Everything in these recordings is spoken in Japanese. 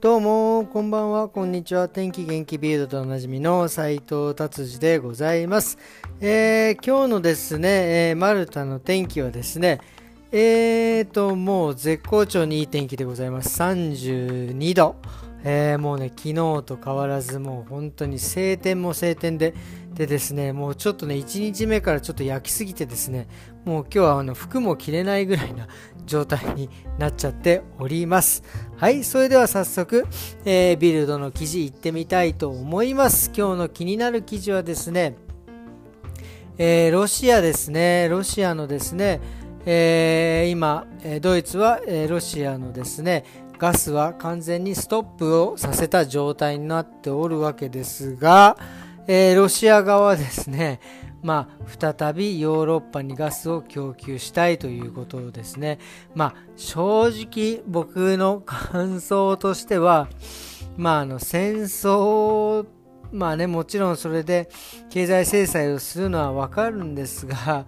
どうもこんばんは、こんにちは。天気元気ビルドとおなじみの斉藤達治でございます。今日のですね、マルタの天気はですね、もう絶好調にいい天気でございます。32度、もうね、昨日と変わらず、もう本当に晴天も晴天でですね、もうちょっとね、1日目からちょっと焼きすぎてですね、もう今日は服も着れないぐらいな状態になっちゃっております。はい、それでは早速、ビルドの記事いってみたいと思います。今日の気になる記事はですね、ロシアですね。ロシアのですね、今、ドイツは、ロシアのですね、ガスは完全にストップをさせた状態になっておるわけですが、ロシア側はですね、再びヨーロッパにガスを供給したいということですね。正直僕の感想としては、戦争、もちろんそれで経済制裁をするのはわかるんですが、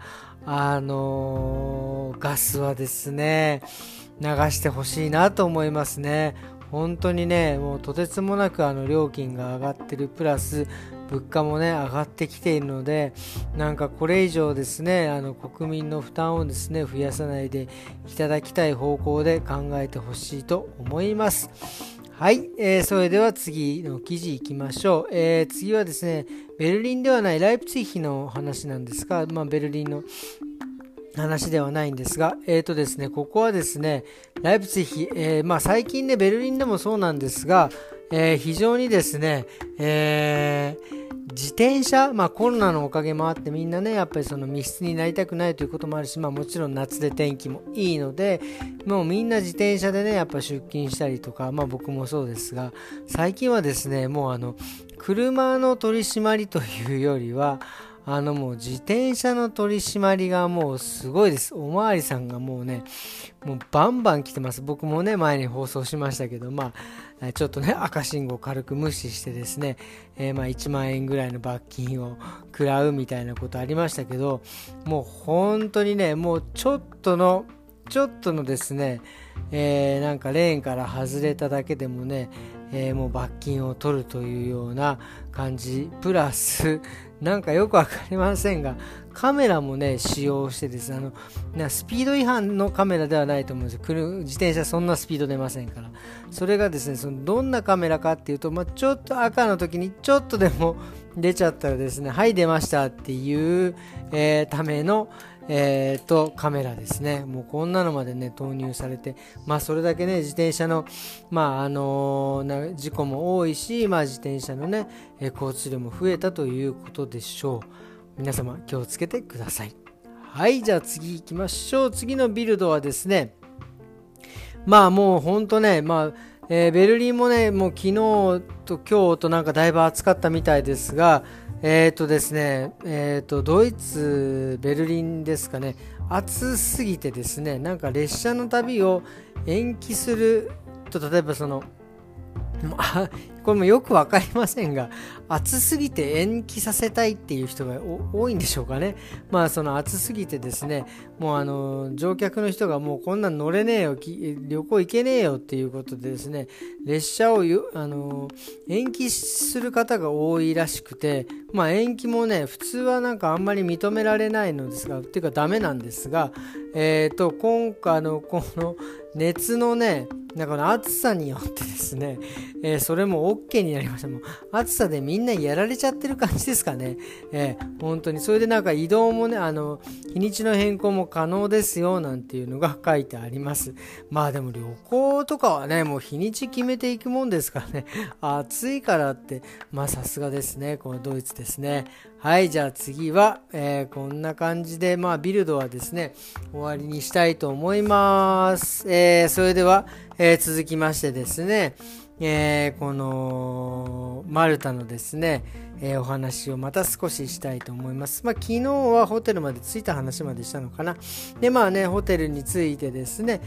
ガスはですね、流してほしいなと思いますね。本当にね、もうとてつもなく料金が上がってる、プラス物価もね上がってきているので、なんかこれ以上ですね、国民の負担をですね増やさないでいただきたい方向で考えてほしいと思います。はい、それでは次の記事いきましょう。次はですね、ベルリンではないライプツィヒの話なんですが、ベルリンの話ではないんですが、ですね、ここはですね、ライプツィヒ、最近ね、ベルリンでもそうなんですが、非常にですね、自転車、コロナのおかげもあってみんなね、やっぱりその密室になりたくないということもあるし、もちろん夏で天気もいいので、もうみんな自転車でね、やっぱ出勤したりとか、僕もそうですが、最近はですね、もう車の取り締まりというよりは、もう自転車の取り締まりがもうすごいです。おまわりさんがもうね、もうバンバン来てます。僕もね、前に放送しましたけど、ちょっとね、赤信号を軽く無視してですね、1万円ぐらいの罰金を食らうみたいなことありましたけど、もう本当にね、もうちょっとのですね、なんかレーンから外れただけでもね、もう罰金を取るというような感じ、プラスなんかよくわかりませんが、カメラもね使用してですね、スピード違反のカメラではないと思うんですよ。自転車そんなスピード出ませんから。それがですね、そのどんなカメラかっていうと、ちょっと赤の時にちょっとでも出ちゃったらですね、はい出ましたっていう、ためのカメラですね。もうこんなのまでね投入されて、それだけね自転車の事故も多いし、自転車のね、交通量も増えたということでしょう。皆様気をつけてください。はい、じゃあ次行きましょう。次のビルドはですね、もうほんとね、ベルリンもね、もう昨日と今日となんかだいぶ暑かったみたいですが、ですね、ドイツ、ベルリンですかね、暑すぎてですね、なんか列車の旅を延期すると、例えばこれもよくわかりませんが、暑すぎて延期させたいっていう人が多いんでしょうかね。その暑すぎてですね、もう乗客の人がもうこんなん乗れねえよ、旅行行けねえよっていうことでですね、列車を延期する方が多いらしくて、延期もね、普通はなんかあんまり認められないのですが、っていうかダメなんですが、今回この熱のね、この暑さによってですね、それも OK になりました。もう暑さでみんなやられちゃってる感じですかね。本当にそれでなんか移動もね、日にちの変更も可能ですよなんていうのが書いてあります。でも旅行とかはね、もう日にち決めていくもんですからね、暑いからって、さすがですね、このドイツですね。はい、じゃあ次は、こんな感じで、ビルドはですね、終わりにしたいと思います。それでは、続きましてですね、このマルタのですね、お話をまた少ししたいと思います。昨日はホテルまで着いた話までしたのかな。でホテルに着いてですね、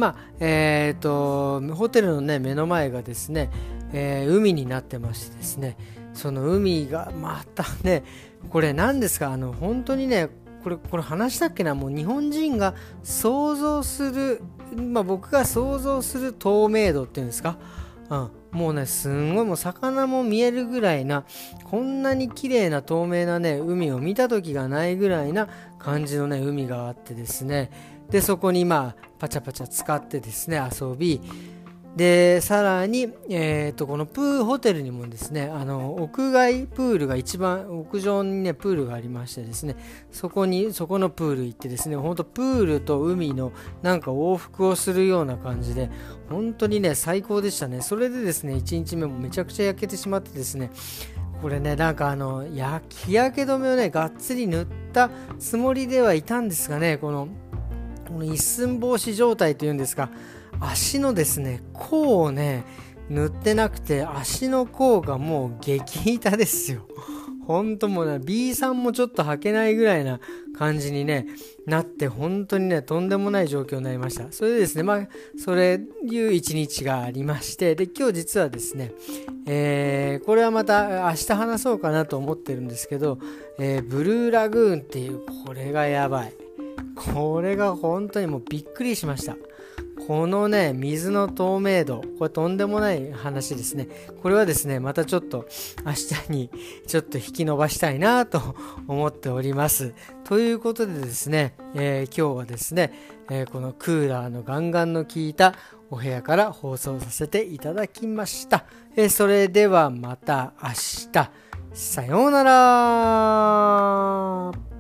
ホテルのね目の前がですね、海になってましてですね、その海がまたね、これ何ですか、本当にね、これ話したっけな、もう日本人が想像する、僕が想像する透明度っていうんですか、 もうねすんごいもう魚も見えるぐらいな、こんなに綺麗な透明なね海を見た時がないぐらいな感じのね海があってですね、でそこにパチャパチャ使ってですね遊び、でさらに、このホテルにもですね屋外プールが一番屋上にねプールがありましてですね、そこのプール行ってですね、本当プールと海のなんか往復をするような感じで本当にね最高でしたね。それでですね1日目もめちゃくちゃ焼けてしまってですね、これねなんか日焼け止めをねがっつり塗ったつもりではいたんですがね、この一寸法師状態というんですか、足のですね甲をね塗ってなくて、足の甲がもう激痛ですよ。本当もうね B さんもちょっと履けないぐらいな感じにねなって、本当にねとんでもない状況になりました。それでですねそれいう一日がありまして、で今日実はですね、これはまた明日話そうかなと思ってるんですけど、ブルーラグーンっていう、これがやばい、これが本当にもうびっくりしました。このね水の透明度、これとんでもない話ですね。これはですねまたちょっと明日にちょっと引き伸ばしたいなと思っております。ということでですね、今日はですね、このクーラーのガンガンの効いたお部屋から放送させていただきました。それではまた明日、さようなら。